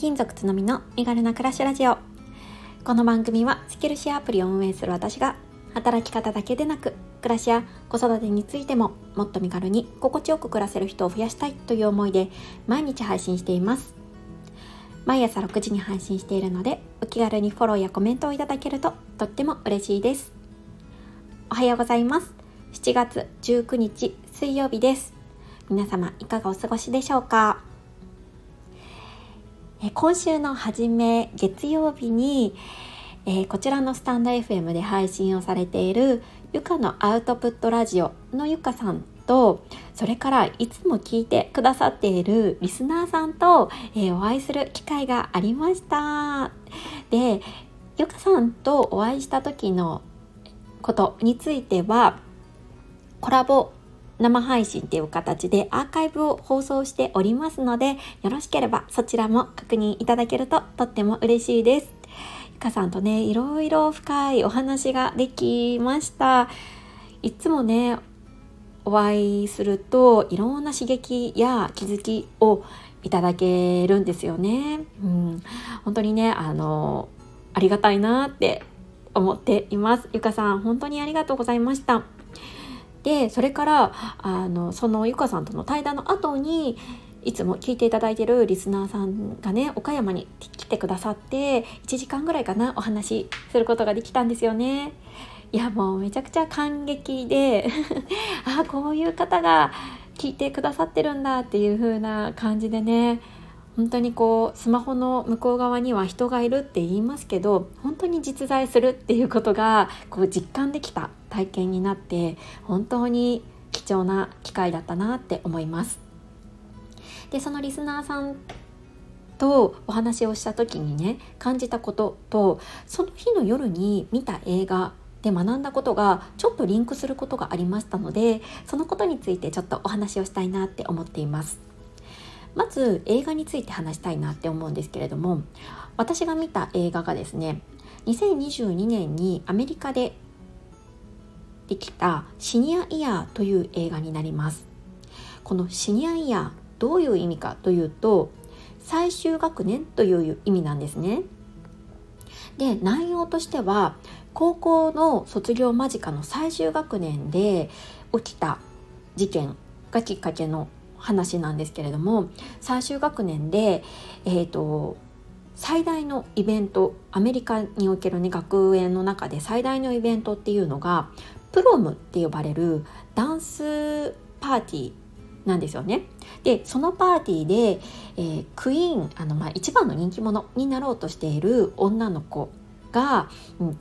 金属つのみの身軽な暮らしラジオ。この番組はスキルシェアアプリを運営する私が働き方だけでなく暮らしや子育てについてももっと身軽に心地よく暮らせる人を増やしたいという思いで毎日配信しています。毎朝6時に配信しているのでお気軽にフォローやコメントをいただけるととっても嬉しいです。おはようございます。7月19日水曜日です。皆様いかがお過ごしでしょうか。今週の初め月曜日に、こちらのスタンド FM で配信をされているゆかのアウトプットラジオのゆかさんと、それからいつも聞いてくださっているリスナーさんと、お会いする機会がありました。で、ゆかさんとお会いした時のことについてはコラボ生配信っていう形でアーカイブを放送しておりますので、よろしければそちらも確認いただけるととっても嬉しいです。ゆかさんとね、いろいろ深いお話ができました。いつもね、お会いするといろんな刺激や気づきをいただけるんですよね。本当にね、ありがたいなって思っています。ゆかさん、本当にありがとうございました。で、それからそのゆかさんとの対談の後にいつも聞いていただいているリスナーさんがね、岡山に来てくださって1時間ぐらいかな、お話しすることができたんですよね。いや、もうめちゃくちゃ感激でこういう方が聞いてくださってるんだっていう風な感じでね、本当にスマホの向こう側には人がいるって言いますけど、本当に実在するっていうことが実感できた体験になって、本当に貴重な機会だったなって思います。で、そのリスナーさんとお話をした時にね、感じたこととその日の夜に見た映画で学んだことがちょっとリンクすることがありましたので、そのことについてちょっとお話をしたいなって思っています。まず映画について話したいなって思うんですけれども、私が見た映画がですね、2022年にアメリカでできたシニアイヤーという映画になります。このシニアイヤー、どういう意味かというと、最終学年という意味なんですね。で、内容としては高校の卒業間近の最終学年で起きた事件がきっかけの話なんですけれども、最終学年で、最大のイベント、アメリカにおける、ね、学園の中で最大のイベントっていうのがプロムって呼ばれるダンスパーティーなんですよね。で、そのパーティーで、クイーン、一番の人気者になろうとしている女の子が、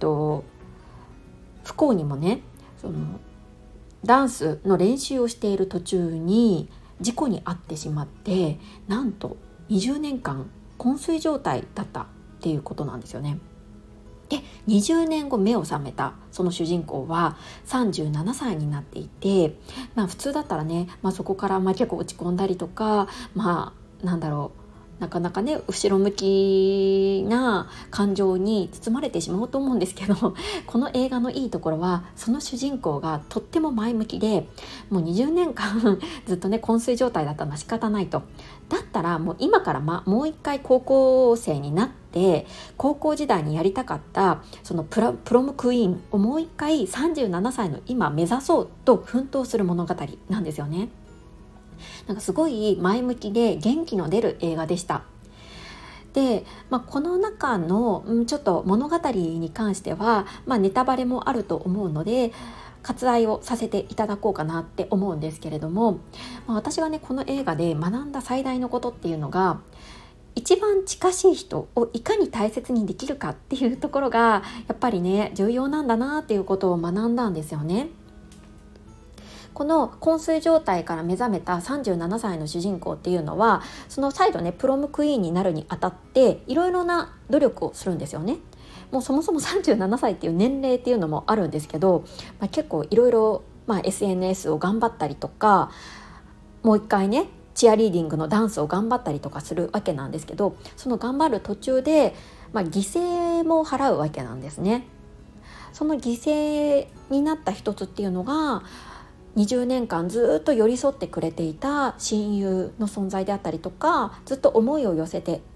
不幸にもね、そのダンスの練習をしている途中に事故に遭ってしまって、なんと20年間昏睡状態だったっていうことなんですよね。で、20年後目を覚めたその主人公は37歳になっていて、普通だったらね、そこから結構落ち込んだりとか、なかなかね、後ろ向きな感情に包まれてしまうと思うんですけど、この映画のいいところは、その主人公がとっても前向きで、もう20年間ずっとね、昏睡状態だったのは仕方ないと。だったらもう今からもう一回高校生になって、高校時代にやりたかったそのプロムクイーンをもう一回37歳の今目指そうと奮闘する物語なんですよね。すごい前向きで元気の出る映画でした。で、この中のちょっと物語に関しては、ネタバレもあると思うので割愛をさせていただこうかなって思うんですけれども、私がね、この映画で学んだ最大のことっていうのが、一番近しい人をいかに大切にできるかっていうところがやっぱりね、重要なんだなっていうことを学んだんですよね。この昏睡状態から目覚めた37歳の主人公っていうのは、その再度ね、プロムクイーンになるにあたっていろいろな努力をするんですよね。もうそもそも37歳っていう年齢っていうのもあるんですけど、結構いろいろ SNS を頑張ったりとか、もう一回ね、チアリーディングのダンスを頑張ったりとかするわけなんですけど、その頑張る途中で、犠牲も払うわけなんですね。その犠牲になった一つっていうのが、20年間ずっと寄り添ってくれていた親友の存在であったりとか、ずっと思いを寄せて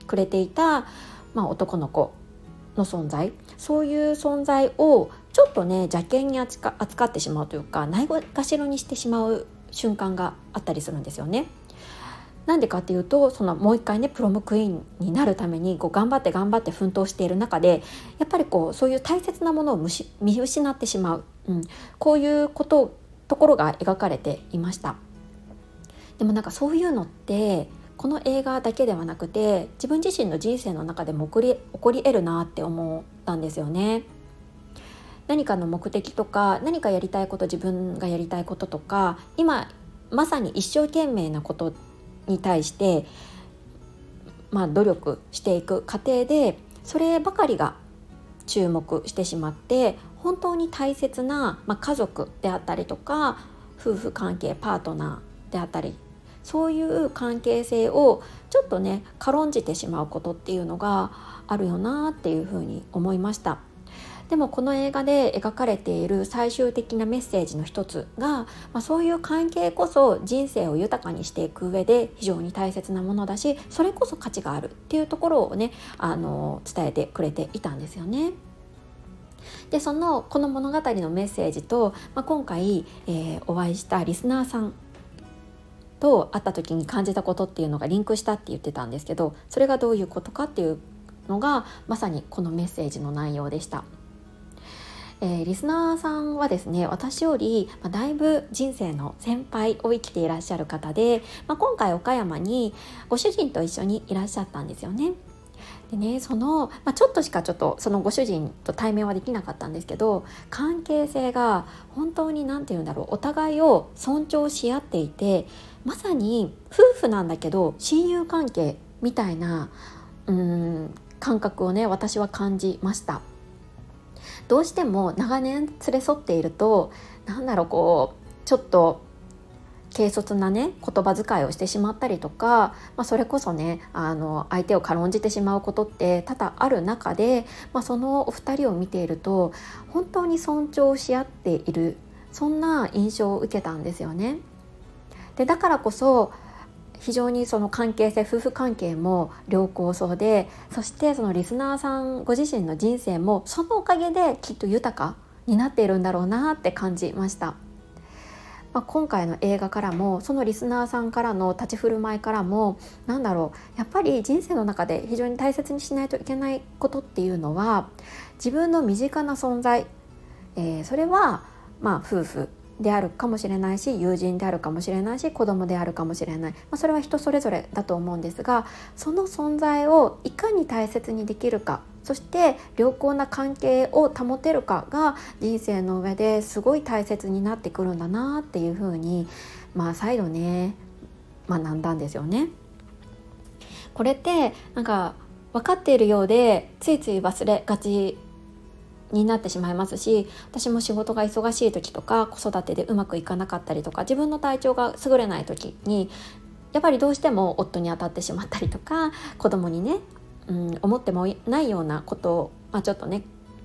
くれていた、男の子の存在、そういう存在をちょっとね邪険に扱ってしまうというか、ないがしろにしてしまう瞬間があったりするんですよね。なんでかっていうと、もう一回ねプロムクイーンになるために頑張って奮闘している中で、やっぱりそういう大切なものを見失ってしまう、こういうところが描かれていました。でもそういうのってこの映画だけではなくて、自分自身の人生の中でも起こり得るなって思ったんですよね。何かの目的とか、何かやりたいこと、自分がやりたいこととか、今まさに一生懸命なことに対して、努力していく過程でそればかりが注目してしまって、本当に大切な、家族であったりとか、夫婦関係、パートナーであったり、そういう関係性をちょっとね軽んじてしまうことっていうのがあるよなっていうふうに思いました。でもこの映画で描かれている最終的なメッセージの一つが、そういう関係こそ人生を豊かにしていく上で非常に大切なものだし、それこそ価値があるっていうところをね伝えてくれていたんですよね。でこの物語のメッセージと、今回、お会いしたリスナーさんと会った時に感じたことっていうのがリンクしたって言ってたんですけど、それがどういうことかっていうのがまさにこのメッセージの内容でした。リスナーさんはですね、私よりだいぶ人生の先輩を生きていらっしゃる方で、今回岡山にご主人と一緒にいらっしゃったんですよね。でね、ちょっとしかそのご主人と対面はできなかったんですけど、関係性が本当にお互いを尊重し合っていて、まさに夫婦なんだけど親友関係みたいな感覚をね私は感じました。どうしても長年連れ添っているとちょっと軽率なね言葉遣いをしてしまったりとか、それこそね相手を軽んじてしまうことって多々ある中で、そのお二人を見ていると本当に尊重し合っている、そんな印象を受けたんですよね。でだからこそ非常にその関係性、夫婦関係も良好そうで、そしてそのリスナーさんご自身の人生もそのおかげできっと豊かになっているんだろうなって感じました。今回の映画からも、そのリスナーさんからの立ち振る舞いからもやっぱり人生の中で非常に大切にしないといけないことっていうのは、自分の身近な存在、それは夫婦であるかもしれないし、友人であるかもしれないし、子供であるかもしれない、それは人それぞれだと思うんですが、その存在をいかに大切にできるか、そして良好な関係を保てるかが人生の上ですごい大切になってくるんだなっていうふうに、再度ね学んだんですよね。これって分かっているようでついつい忘れがちになってしまいますし、私も仕事が忙しい時とか、子育てでうまくいかなかったりとか、自分の体調が優れない時にやっぱりどうしても夫に当たってしまったりとか、子供にね、思ってもないようなことを、ちょっとね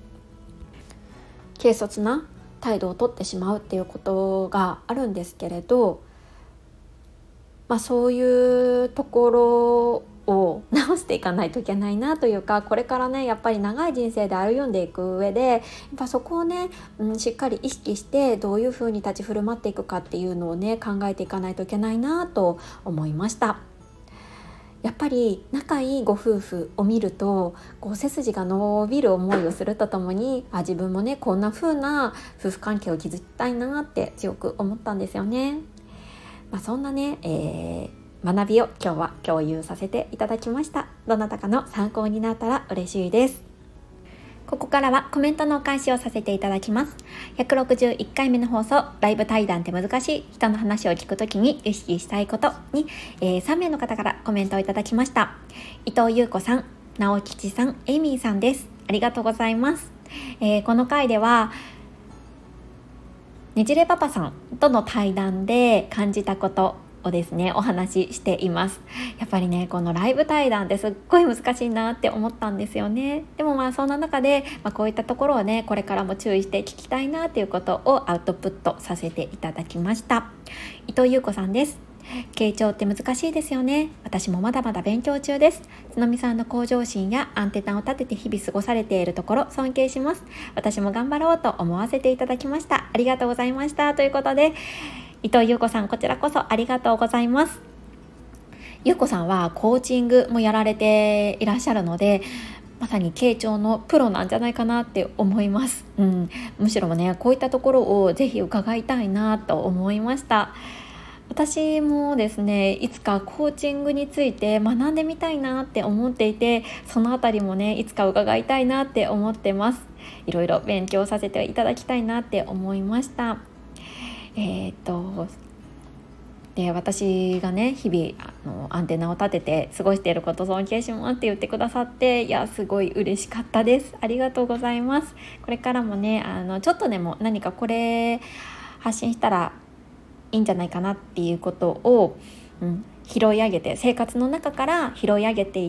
軽率な態度をとってしまうっていうことがあるんですけれど、そういうところを直していかないといけないなというか、これからねやっぱり長い人生で歩んでいく上でやっぱそこをね、しっかり意識してどういうふうに立ち振る舞っていくかっていうのをね考えていかないといけないなと思いました。やっぱり仲いいご夫婦を見ると背筋が伸びる思いをするとともに、自分もねこんな風な夫婦関係を築きたいなって強く思ったんですよね。そんなね、学びを今日は共有させていただきました。どなたかの参考になったら嬉しいです。ここからはコメントのお返しをさせていただきます。161回目の放送、ライブ対談って難しい、人の話を聞くときに意識したいことに、3名の方からコメントをいただきました。伊藤優子さん、直吉さん、エイミーさんです。ありがとうございます。この回ではねじれパパさんとの対談で感じたことをですねお話ししています。やっぱりねこのライブ対談ってすっごい難しいなって思ったんですよね。でもそんな中で、こういったところをねこれからも注意して聞きたいなっていうことをアウトプットさせていただきました。伊藤優子さんです。傾聴って難しいですよね。私もまだまだ勉強中です。つのみさんの向上心やアンテナを立てて日々過ごされているところ尊敬します。私も頑張ろうと思わせていただきました。ありがとうございました。ということで伊藤優子さん、こちらこそありがとうございます。優子さんはコーチングもやられていらっしゃるので、まさに傾聴のプロなんじゃないかなって思います。むしろねこういったところをぜひ伺いたいなと思いました。私もですねいつかコーチングについて学んでみたいなって思っていて、そのあたりもねいつか伺いたいなって思ってます。いろいろ勉強させていただきたいなって思いました。で私がね日々アンテナを立てて過ごしていること尊敬しますって言ってくださって、いやすごい嬉しかったです。ありがとうございます。これからもねちょっとでも何かこれ発信したらいいんじゃないかなっていうことを、拾い上げて生活の中から拾い上げていって、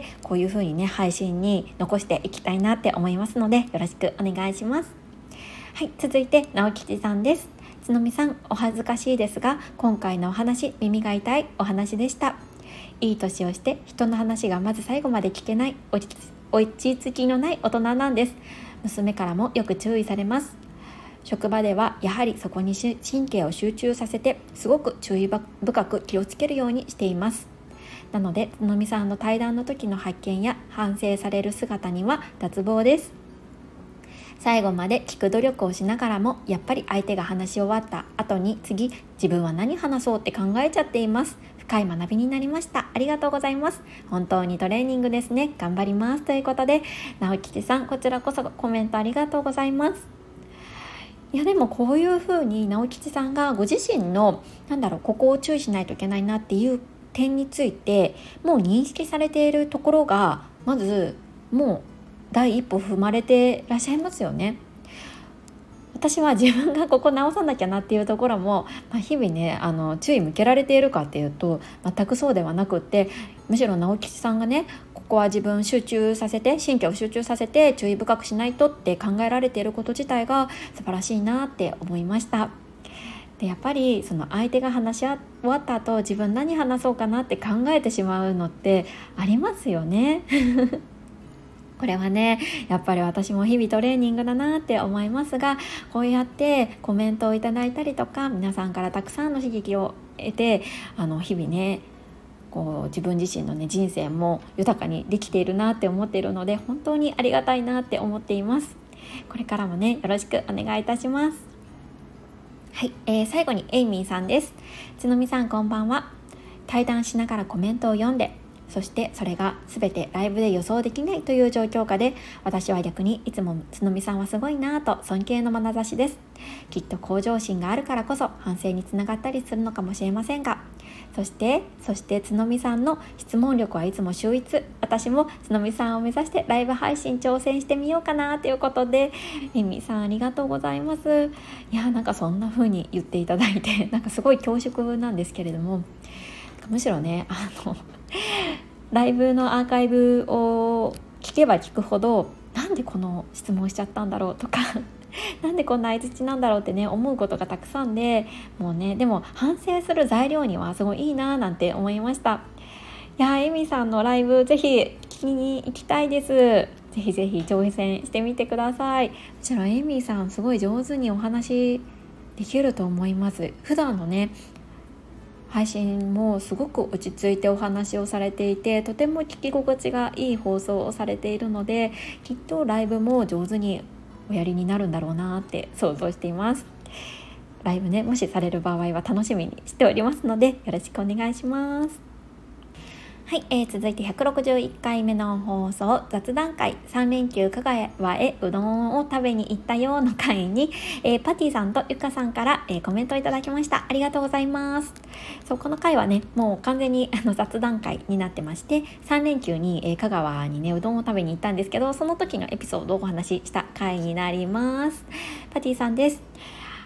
こういう風にね配信に残していきたいなって思いますのでよろしくお願いします。はい、続いて直吉さんです。つのみさん、お恥ずかしいですが今回のお話耳が痛いお話でした。いい年をして人の話がまず最後まで聞けない落ち着きのない大人なんです。娘からもよく注意されます。職場ではやはりそこに神経を集中させてすごく注意深く気をつけるようにしています。なのでつのみさんの対談の時の発見や反省される姿には脱帽です。最後まで聞く努力をしながらもやっぱり相手が話し終わった後に次自分は何話そうって考えちゃっています。深い学びになりました。ありがとうございます。本当にトレーニングですね。頑張りますということで、直吉さんこちらこそコメントありがとうございます。いやでもこういう風に直吉さんがご自身のここを注意しないといけないなっていう点についてもう認識されているところがまずもう第一歩踏まれてらっしゃいますよね。私は自分がここ直さなきゃなっていうところも、日々ね注意向けられているかっていうと全くそうではなくって、むしろ直吉さんがねここは自分集中させて神経を集中させて注意深くしないとって考えられていること自体が素晴らしいなって思いました。でやっぱりその相手が話し終わった後自分何話そうかなって考えてしまうのってありますよねこれはねやっぱり私も日々トレーニングだなって思いますが、こうやってコメントをいただいたりとか皆さんからたくさんの刺激を得て日々ねこう自分自身のね人生も豊かにできているなって思っているので本当にありがたいなって思っています。これからもねよろしくお願いいたします。はい、最後にエイミーさんです。つのみさんこんばんは。対談しながらコメントを読んで、そしてそれが全てライブで予想できないという状況下で、私は逆にいつもつのみさんはすごいなぁと尊敬の眼差しです。きっと向上心があるからこそ反省につながったりするのかもしれませんが、そしてつのみさんの質問力はいつも秀逸。私もつのみさんを目指してライブ配信挑戦してみようかなということで、エミさんありがとうございます。いやそんな風に言っていただいてすごい恐縮なんですけれども、むしろねライブのアーカイブを聞けば聞くほどなんでこの質問しちゃったんだろうとかなんでこんな相槌なんだろうってね思うことがたくさんで、もうねでも反省する材料にはすごいいいななんて思いました。いやエミさんのライブぜひ聞きに行きたいです。ぜひぜひ挑戦してみてください。もちろんエミさんすごい上手にお話できると思います。普段のね配信もすごく落ち着いてお話をされていて、とても聞き心地がいい放送をされているので、きっとライブも上手におやりになるんだろうなって想像しています。ライブねもしされる場合は楽しみにしておりますのでよろしくお願いします。はい、続いて161回目の放送、雑談会3連休香川へうどんを食べに行ったような会に、パティさんとゆかさんから、コメントをいただきました。ありがとうございます。そうこの回はねもう完全に雑談会になってまして、3連休に、香川にねうどんを食べに行ったんですけど、その時のエピソードをお話しした回になります。パティさんです。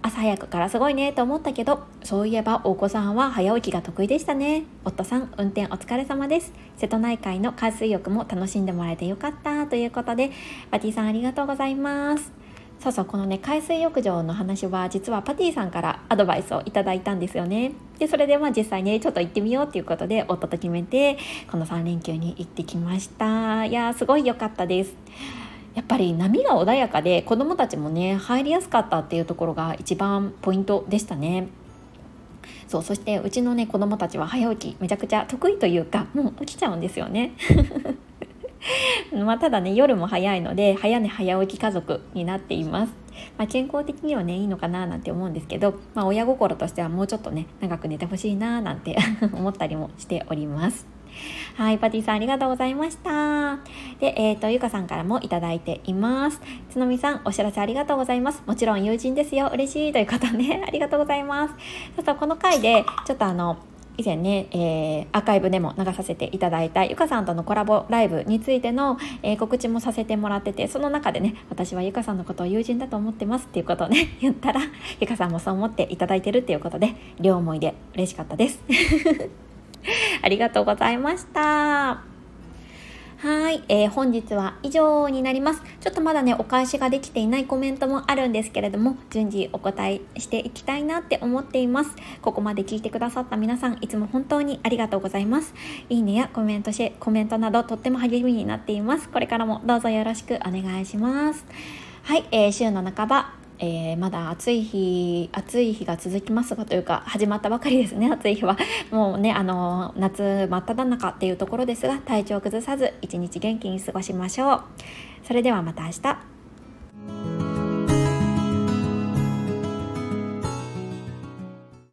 朝早くからすごいねと思ったけど、そういえば大子さんは早起きが得意でしたね。夫さん運転お疲れ様です。瀬戸内海の海水浴も楽しんでもらえてよかったということで、パティさんありがとうございます。そうそう、このね海水浴場の話は実はパティさんからアドバイスをいただいたんですよね。でそれで実際ねちょっと行ってみようっていうことで夫と決めてこの3連休に行ってきました。いやすごい良かったです。やっぱり波が穏やかで子どもたちもね入りやすかったっていうところが一番ポイントでしたね。そしてうちのね子どもたちは早起きめちゃくちゃ得意というかもう起きちゃうんですよねただね夜も早いので早寝早起き家族になっています。健康的にはねいいのかななんて思うんですけど、親心としてはもうちょっとね長く寝てほしいななんて思ったりもしております。はい、パティさんありがとうございました。で、ゆかさんからもいただいています。つのみさんお知らせありがとうございます。もちろん友人ですよ、嬉しいということねありがとうございます。この回でちょっと以前ね、アーカイブでも流させていただいたゆかさんとのコラボライブについての、告知もさせてもらってて、その中でね私はゆかさんのことを友人だと思ってますっていうことをね言ったら、ゆかさんもそう思っていただいてるっていうことで両思いで嬉しかったですありがとうございました。はい、本日は以上になります。ちょっとまだねお返しができていないコメントもあるんですけれども、順次お答えしていきたいなって思っています。ここまで聞いてくださった皆さんいつも本当にありがとうございます。いいねやコメントなどとっても励みになっています。これからもどうぞよろしくお願いします。はい、週の半ばまだ暑い日が続きますが、というか始まったばかりですね。暑い日はもうね夏真っ只中っていうところですが、体調崩さず一日元気に過ごしましょう。それではまた明日。